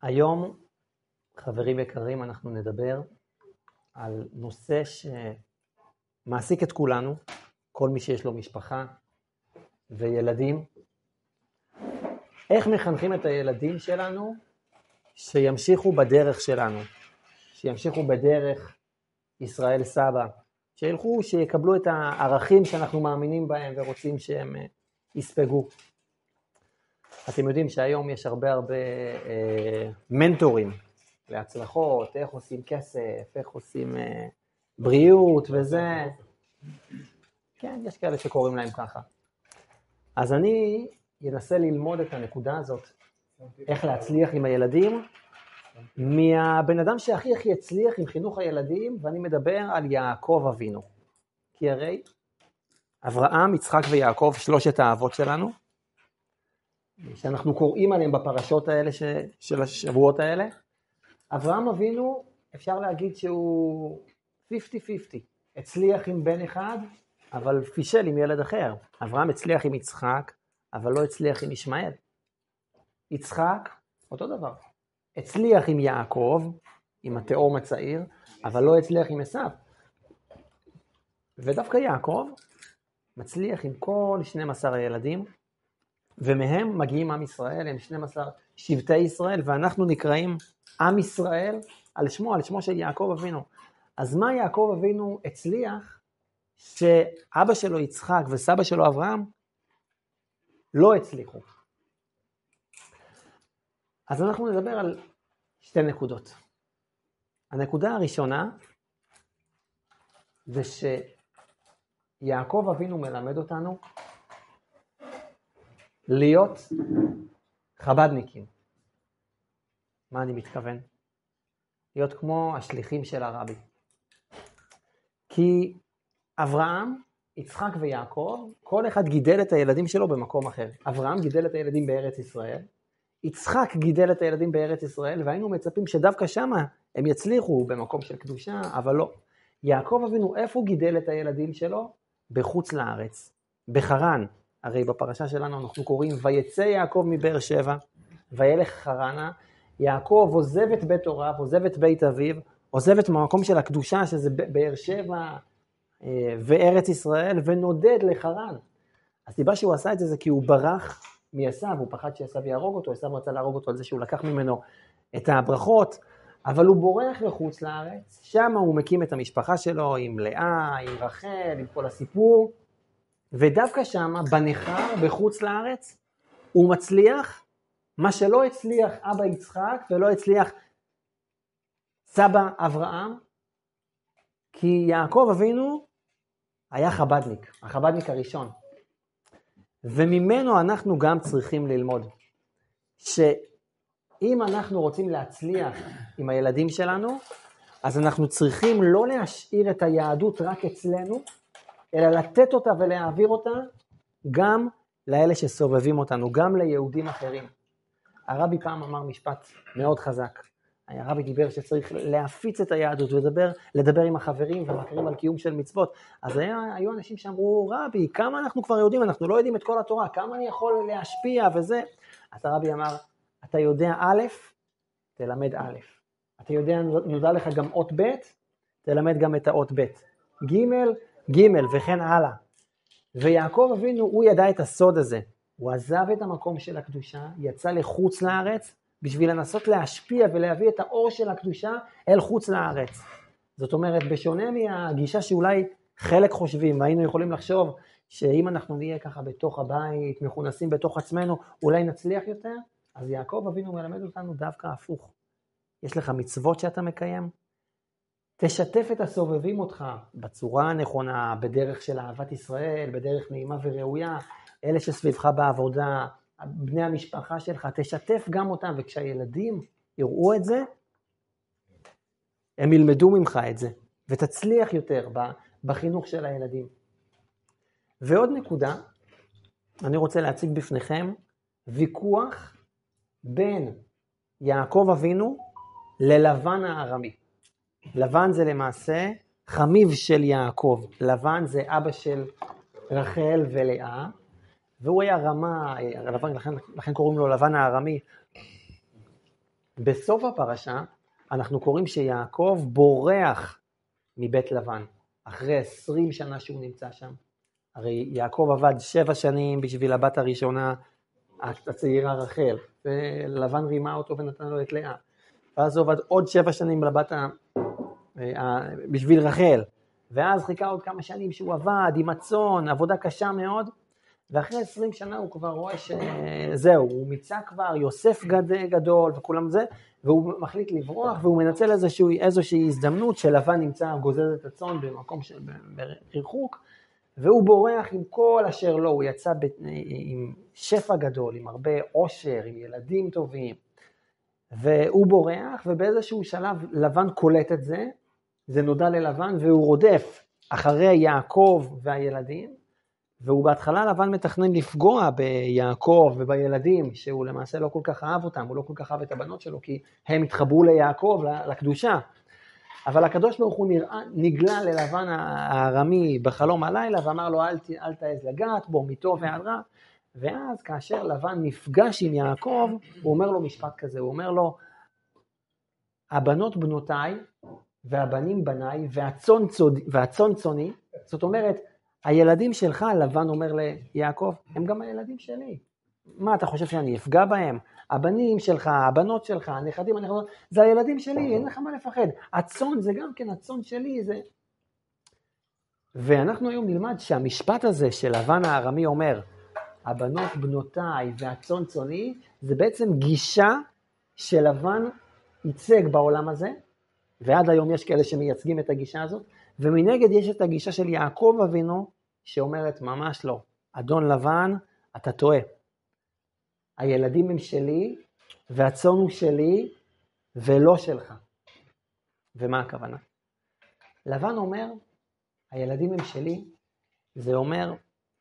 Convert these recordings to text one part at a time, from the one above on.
היום, חברים יקרים, אנחנו נדבר על נושא שמעסיק את כולנו, כל מי שיש לו משפחה וילדים. איך מחנכים את הילדים שלנו שימשיכו בדרך שלנו, שימשיכו בדרך ישראל סבא, שיקבלו את הערכים שאנחנו מאמינים בהם ורוצים שהם יספגו. אתם יודעים שהיום יש הרבה מנטורים להצלחות, איך עושים כסף, איך עושים בריאות וזה. כן, יש כאלה שקוראים להם ככה. אז אני אנסה ללמוד את הנקודה הזאת, איך להצליח עם הילדים, מהבן אדם שהכי הצליח עם חינוך הילדים, ואני מדבר על יעקב אבינו. כי הרי אברהם, יצחק ויעקב, שלושת האבות שלנו, שאנחנו קוראים עליהם בפרשות האלה של השבועות האלה, אברהם אבינו אפשר להגיד שהוא 50-50, הצליח עם בן אחד, אבל פישל עם ילד אחר. אברהם הצליח עם יצחק, אבל לא הצליח עם ישמעאל. יצחק, אותו דבר, הצליח עם יעקב, עם התאום הצעיר, אבל לא הצליח עם עשיו. ודווקא יעקב מצליח עם כל 12 הילדים, ומהם מגיעים עם ישראל, הם 12 שבטי ישראל, ואנחנו נקראים עם ישראל על שמו של יעקב אבינו. אז מה יעקב אבינו הצליח שאבא שלו יצחק וסבא שלו אברהם לא הצליחו? אז אנחנו נדבר על שתי נקודות. הנקודה הראשונה זה שיעקב אבינו מלמד אותנו להיות חבדניקים. מה אני מתכוון? להיות כמו השליחים של הרבי. כי אברהם, יצחק ויעקב, כל אחד גידל את הילדים שלו במקום אחר. אברהם גידל את הילדים בארץ ישראל, יצחק גידל את הילדים בארץ ישראל, והיינו מצפים שדווקא שמה הם יצליחו במקום של קדושה, אבל לא. יעקב אבינו, איפה הוא גידל את הילדים שלו? בחוץ לארץ, בחרן. הרי בפרשה שלנו אנחנו קוראים, ויצא יעקב מבאר שבע, וילך חרנה. יעקב עוזב את בית הוריו, עוזב את בית אביו, עוזב את המקום של הקדושה, שזה באר שבע וארץ ישראל, ונודד לחרן. הסיבה שהוא עשה את זה כי הוא ברח מעשיו, הוא פחד שעשיו יהרוג אותו, עשיו רצה להרוג אותו על זה שהוא לקח ממנו את הברכות, אבל הוא בורח לחוץ לארץ, שם הוא מקים את המשפחה שלו עם לאה, עם רחל, עם כל הסיפור, ודווקא שם, בניכר, בחוץ לארץ, הוא מצליח מה שלא הצליח אבא יצחק ולא הצליח סבא אברהם, כי יעקב אבינו היה חבדניק, החבדניק הראשון. וממנו אנחנו גם צריכים ללמוד, שאם אנחנו רוצים להצליח עם הילדים שלנו, אז אנחנו צריכים לא להשאיר את היהדות רק אצלנו, אלא לתת אותה ולהעביר אותה גם לאלה שסובבים אותנו, גם ליהודים אחרים. הרבי פעם אמר משפט מאוד חזק. הרבי דיבר שצריך להפיץ את היהדות ולדבר עם החברים ומכירים על קיום של מצוות. אז היו אנשים שאמרו, רבי, כמה אנחנו כבר יודעים? אנחנו לא יודעים את כל התורה, כמה אני יכול להשפיע וזה? אז הרבי אמר, אתה יודע א', תלמד א'. אתה יודע, נודע לך גם אות ב', תלמד גם את האות ב'. ג' וכן הלאה. ויעקב אבינו, הוא ידע את הסוד הזה. הוא עזב את המקום של הקדושה, יצא לחוץ לארץ, בשביל לנסות להשפיע ולהביא את האור של הקדושה אל חוץ לארץ. זאת אומרת, בשונה מהגישה שאולי חלק חושבים, והיינו יכולים לחשוב שאם אנחנו נהיה ככה בתוך הבית, מכונסים בתוך עצמנו, אולי נצליח יותר, אז יעקב אבינו מלמד אותנו דווקא הפוך. יש לך מצוות שאתה מקיים, תשתף את הסובבים אותך בצורה הנכונה, בדרך של אהבת ישראל, בדרך נעימה וראויה, אלה שסביבך בעבודה, בני המשפחה שלך, תשתף גם אותם, וכשהילדים יראו את זה, הם ילמדו ממך את זה, ותצליח יותר בחינוך של הילדים. ועוד נקודה, אני רוצה להציג בפניכם, ויכוח בין יעקב אבינו ללבן הארמי. לבן זה למעשה חמיו של יעקב, לבן זה אבא של רחל ולאה, והוא היה רמה, לכן קוראים לו לבן הארמי, בסוף הפרשה אנחנו קוראים שיעקב בורח מבית לבן, אחרי 20 שנה שהוא נמצא שם. הרי יעקב עבד 7 שנים בשביל הבת הראשונה, הצעירה רחל, ולבן רימה אותו ונתן לו את לאה. ואז הוא עבד עוד 7 שנים בשביל רחל, ואז חיכה עוד כמה שנים שהוא עבד עם הצאן, עבודה קשה מאוד, ואחרי 20 שנה הוא כבר רואה שזהו, הוא מיצה כבר, יוסף גדול וכולם זה, והוא מחליט לברוח, והוא מנצל איזושהי הזדמנות שלבן נמצא גוזז את הצאן במקום ברחוק, והוא בורח עם כל אשר לו, הוא יצא עם שפע גדול, עם הרבה עושר, עם ילדים טובים, והוא בורח, ובאיזשהו שלב לבן קולט את זה, זה נודע ללבן, והוא רודף אחרי יעקב והילדים, והוא בהתחלה לבן מתכנן לפגוע ביעקב ובילדים, שהוא למעשה לא כל כך אהב אותם, הוא לא כל כך אהב את הבנות שלו, כי הם התחברו ליעקב, לקדושה. אבל הקדוש ברוך הוא נגלה ללבן הארמי בחלום הלילה, ואמר לו אל תעז לגעת בו, מטוב ועד רע. ואז כאשר לבן נפגש עם יעקב, הוא אומר לו משפט כזה, הוא אומר לו, הבנות בנותיי, והבנים בניי, והצאן צאני, זאת אומרת, הילדים שלך, לבן אומר ליעקב, הם גם הילדים שלי. מה, אתה חושב שאני אפגע בהם? הבנים שלך, הבנות שלך, הנכדים, זה הילדים שלי, אין לך מה לפחד. הצאן זה גם כן, הצאן שלי זה... ואנחנו היום נלמד שהמשפט הזה של לבן הארמי אומר, הבנות בנותיי והצאן צאני, זה בעצם גישה שלבן ייצג בעולם הזה, ועד היום יש כאלה שמייצגים את הגישה הזאת, ומנגד יש את הגישה של יעקב אבינו, שאומרת ממש לא, אדון לבן, אתה טועה. הילדים הם שלי, והצאן הוא שלי, ולא שלך. ומה הכוונה? לבן אומר, הילדים הם שלי, זה אומר,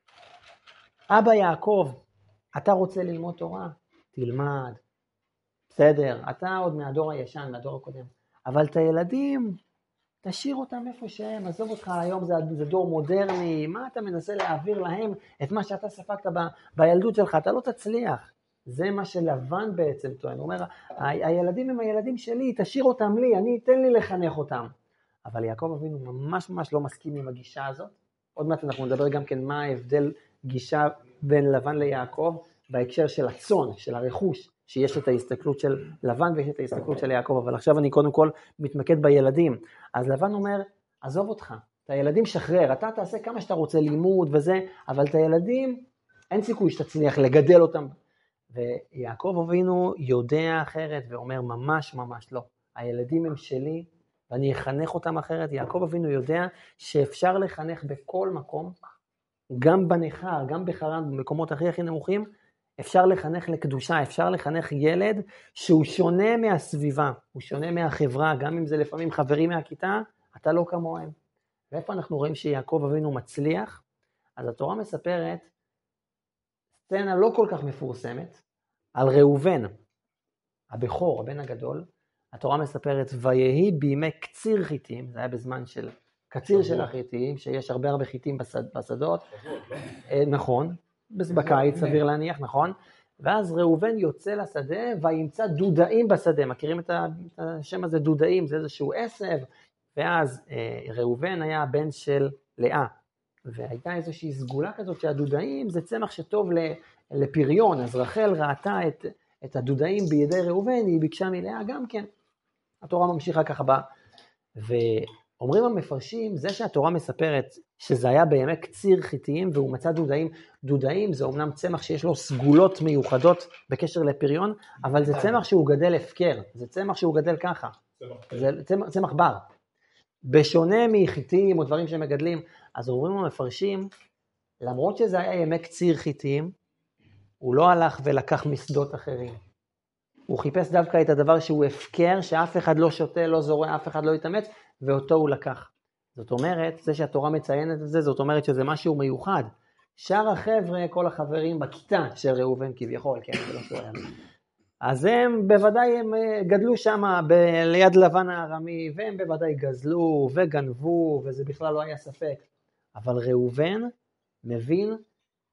אבא יעקב, אתה רוצה ללמוד תורה? תלמד. בסדר, אתה עוד מהדור הישן, מהדור הקודם. אבל את הילדים, תשאיר אותם איפה שהם, עזוב אותך, היום זה דור מודרני, מה אתה מנסה להעביר להם את מה שאתה ספקת בילדות שלך, אתה לא תצליח. זה מה שלבן בעצם טוען, הוא אומר, הילדים הם הילדים שלי, תשאיר אותם לי, תן לי לחנך אותם. אבל יעקב אבינו ממש ממש לא מסכים עם הגישה הזאת. עוד מעט אנחנו נדבר גם כן מה ההבדל גישה בין לבן ליעקב, בהקשר של הצאן, של הרכוש, שיש את ההסתכלות של לבן ויש את ההסתכלות של יעקב, אבל עכשיו אני קודם כל מתמקד בילדים. אז לבן אומר, עזוב אותך, את הילדים שחרר, אתה תעשה כמה שאתה רוצה לימוד וזה, אבל את הילדים אין סיכוי שתצליח לגדל אותם. ויעקב אבינו יודע אחרת ואומר ממש ממש לא, הילדים הם שלי ואני אחנך אותם אחרת. יעקב אבינו יודע שאפשר לחנך בכל מקום, גם בנחר, גם בחרן, במקומות הכי נמוכים, אפשר לחנך לקדושה, אפשר לחנך ילד שהוא שונה מהסביבה, הוא שונה מהחברה, גם אם זה לפעמים חברים מהכיתה, אתה לא כמוהם. ואיפה אנחנו רואים שיעקב אבינו מצליח? אז התורה מספרת, סצנה לא כל כך מפורסמת, על ראובן, הבכור, הבן הגדול, התורה מספרת, ויהי בימי קציר חיטים, זה היה בזמן של קציר של החיטים, שיש הרבה חיטים בשדות, נכון, בקיץ סביר להניח, נכון, ואז ראובן יוצא לשדה וימצא דודאים בשדה, מכירים את השם הזה דודאים, זה איזשהו עשב, ואז ראובן היה הבן של לאה, והייתה איזושהי סגולה כזאת שהדודאים זה צמח שטוב לפריון, אז רחל ראתה את הדודאים בידי ראובן, היא ביקשה מלאה גם כן, התורה ממשיכה ככה בה, ואומרים המפרשים, זה שהתורה מספרת שזה היה בימי קציר חיטיים והוא מצא דודאים, דודאים זה אומנם צמח שיש לו סגולות מיוחדות בקשר לפריון, אבל זה צמח שהוא גדל הפקר, זה צמח שהוא גדל ככה, זה צמח בר, בשונה מחיטים או דברים שמגדלים, אז אומרים המפרשים, למרות שזה היה ימי קציר חיטיים, הוא לא הלך ולקח משדות אחרים, הוא חיפש דווקא את הדבר שהוא הפקר, שאף אחד לא שותה, לא זורע, אף אחד לא יתאמץ, ואותו הוא לקח. זאת אומרת, זה שהתורה מציינת את זה, זאת אומרת שזה משהו מיוחד. שאר החבר'ה, כל החברים בכיתה של ראובן כביכול, כן, זה לא שואל. אז הם בוודאי הם גדלו שם ליד לבן הארמי, והם בוודאי גזלו וגנבו, וזה בכלל לא היה ספק. אבל ראובן מבין,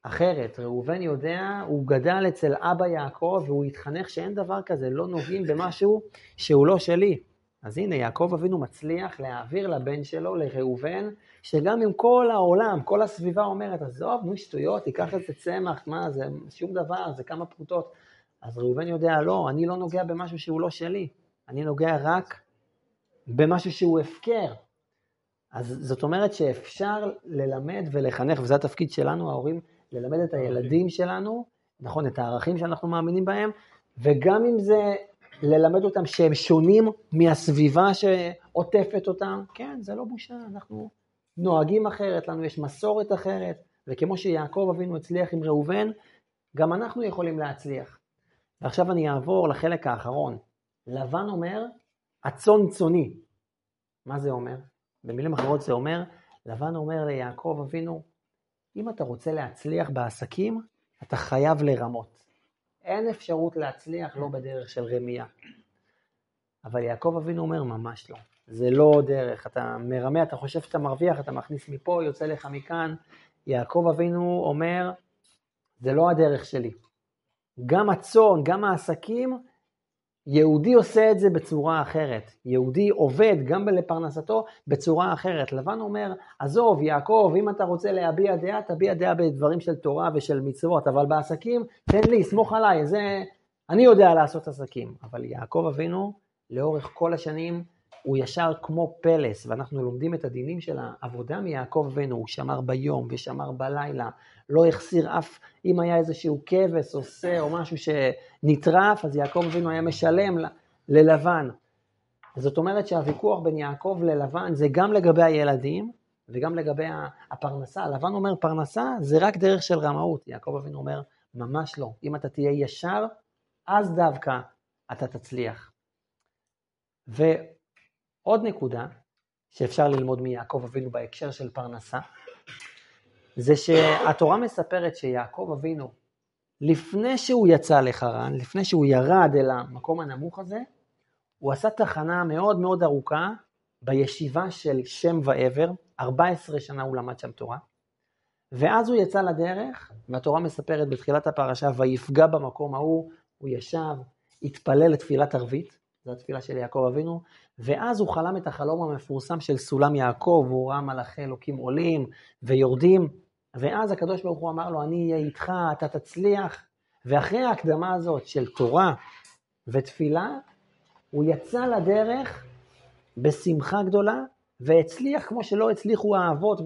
אחרת. ראובן יודע, הוא גדל אצל אבא יעקב, והוא התחנך שאין דבר כזה, לא נוגעים במשהו שהוא לא שלי. אז הנה, יעקב אבינו מצליח להעביר לבן שלו, לראובן, שגם עם כל העולם, כל הסביבה אומרת, עזוב, נו שטויות, תיקח את זה צמח, מה, זה שום דבר, זה כמה פרוטות. אז ראובן יודע, לא, אני לא נוגע במשהו שהוא לא שלי, אני נוגע רק במשהו שהוא הפקר. אז זאת אומרת שאפשר ללמד ולחנך, וזה התפקיד שלנו, ההורים, ללמד את הילדים שלנו, נכון, את הערכים שאנחנו מאמינים בהם, וגם אם זה ללמד אותם שהם שונים מהסביבה שעוטפת אותם, כן, זה לא בושה, אנחנו נוהגים אחרת, לנו יש מסורת אחרת, וכמו שיעקב אבינו הצליח עם ראובן, גם אנחנו יכולים להצליח. ועכשיו אני אעבור לחלק האחרון. לבן אומר, הצאן צאני. מה זה אומר? במילים אחרות זה אומר, לבן אומר ליעקב אבינו, אם אתה רוצה להצליח בעסקים, אתה חייב לרמות. אין אפשרות להצליח לא בדרך של רמייה. אבל יעקב אבינו אומר, ממש לא. זה לא דרך. אתה מרמה, אתה חושב שאתה מרוויח, אתה מכניס מפה, יוצא לך מכאן. יעקב אבינו אומר, זה לא הדרך שלי. גם הצאן, גם העסקים, יהודי עושה את זה בצורה אחרת. יהודי עובד גם לפרנסתו בצורה אחרת. לבן אומר, עזוב, יעקב, אם אתה רוצה להביע דעה, תביע דעה בדברים של תורה ושל מצוות, אבל בעסקים, תן לי, סמוך עליי, אני יודע לעשות עסקים. אבל יעקב אבינו, לאורך כל השנים, הוא ישר כמו פלס, ואנחנו לומדים את הדינים של העבודה מיעקב אבינו, הוא שמר ביום ושמר בלילה, לא החסיר אף, אם היה איזשהו כבש או שא או משהו שנטרף, אז יעקב אבינו היה משלם ללבן. זאת אומרת שהוויכוח בין יעקב ללבן זה גם לגבי הילדים וגם לגבי הפרנסה. לבן אומר פרנסה זה רק דרך של רמאות, יעקב אבינו אומר ממש לא, אם אתה תהיה ישר, אז דווקא אתה תצליח. ועוד נקודה שאפשר ללמוד מיעקב אבינו בהקשר של פרנסה, זה שהתורה מספרת שיעקב אבינו, לפני שהוא יצא לחרן, לפני שהוא ירד אל המקום הנמוך הזה, הוא עשה תחנה מאוד מאוד ארוכה בישיבה של שם ועבר, 14 שנה הוא למד שם תורה, ואז הוא יצא לדרך, והתורה מספרת בתחילת הפרשה, ויפגע במקום ההוא, הוא ישב, התפלל לתפילת ערבית, זו התפילה של יעקב אבינו, ואז הוא חלם את החלום המפורסם של סולם יעקב, והוא ראה מלאכי אלוקים עולים ויורדים, ואז הקדוש ברוך הוא אמר לו, אני אהיה איתך, אתה תצליח, ואחרי ההקדמה הזאת של תורה ותפילה, הוא יצא לדרך בשמחה גדולה, והצליח כמו שלא הצליחו האבות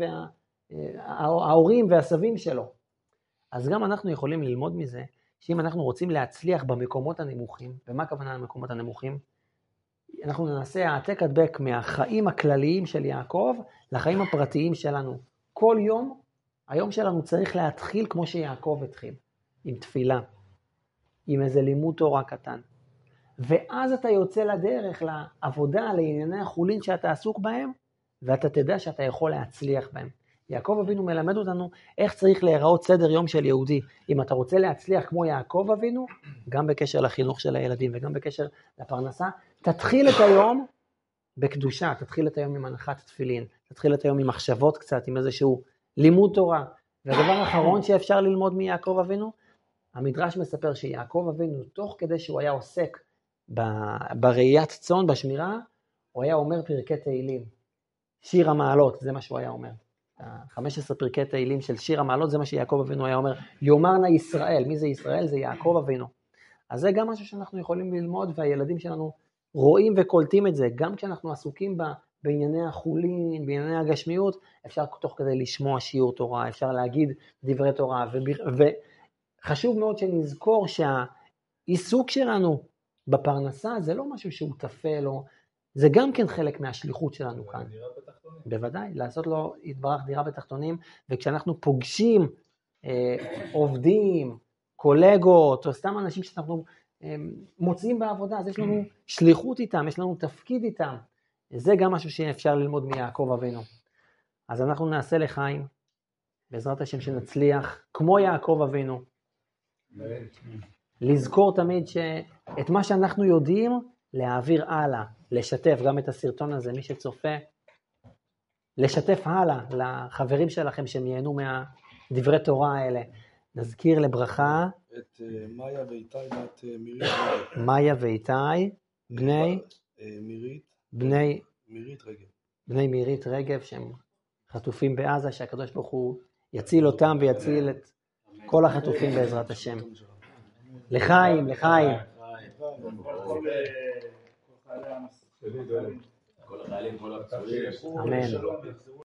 וההורים והסבים שלו. אז גם אנחנו יכולים ללמוד מזה, שאם אנחנו רוצים להצליח במקומות הנמוכים, ומה הכוונה למקומות הנמוכים? אנחנו ננסה העתק הדבק מהחיים הכלליים של יעקב, לחיים הפרטיים שלנו. כל יום, היום שלנו צריך להתחיל כמו שיעקב התחיל, עם תפילה, עם איזה לימוד תורה קטן. ואז אתה יוצא לדרך לעבודה, לענייני החולין שאתה עסוק בהם, ואתה תדע שאתה יכול להצליח בהם. יעקב אבינו מלמד אותנו איך צריך להיראות סדר יום של יהודי. אם אתה רוצה להצליח כמו יעקב אבינו, גם בקשר לחינוך של הילדים וגם בקשר לפרנסה, תתחיל את היום בקדושה, תתחיל את היום עם הנחת תפילין, תתחיל את היום עם מחשבות קצת, עם איזשהו לימוד תורה. והדבר האחרון שאפשר ללמוד מיעקב אבינו, המדרש מספר שיעקב אבינו, תוך כדי שהוא היה עוסק בראיית צאן, בשמירה, הוא היה אומר פרקי תהילים. שיר המעלות, זה מה שהוא היה אומר. 15 פרקי תהילים של שיר המעלות, זה מה שיעקב אבינו היה אומר, יאמר נא ישראל. מי זה ישראל? זה יעקב אבינו. אז זה גם משהו שאנחנו יכולים ללמוד, והילדים שלנו רואים וקולטים את זה, גם כשאנחנו עסוקים בענייני החולין, בענייני הגשמיות, אפשר תוך כדי לשמוע שיעור תורה, אפשר להגיד דברי תורה, וחשוב מאוד שנזכור שהעיסוק שלנו בפרנסה זה לא משהו שהוא תפל, זה גם כן חלק מהשליחות שלנו כאן. בוודאי, לעשות לו יתברך דירה בתחתונים, וכשאנחנו פוגשים עובדים, קולגות, או סתם אנשים שאנחנו מוצאים בעבודה, אז יש לנו שליחות איתם, יש לנו תפקיד איתם. זה גם משהו שאפשר ללמוד מיעקב אבינו. אז אנחנו נעשה לחיים, בעזרת השם שנצליח, כמו יעקב אבינו, לזכור תמיד שאת מה שאנחנו יודעים, להעביר הלאה, לשתף גם את הסרטון הזה, מי שצופה, לשתף הלאה לחברים שלכם שהם ייהנו מהדברי תורה האלה, נזכיר לברכה את מאיה ואיתי בת מירית רגב. מאיה ואיתי, בני מירית רגב, שהם חטופים בעזה, שהקדוש ברוך הוא יציל אותם ויציל את כל החטופים בעזרת השם. לחיים, לחיים. כל החיילים, כל הפצועים. אמן.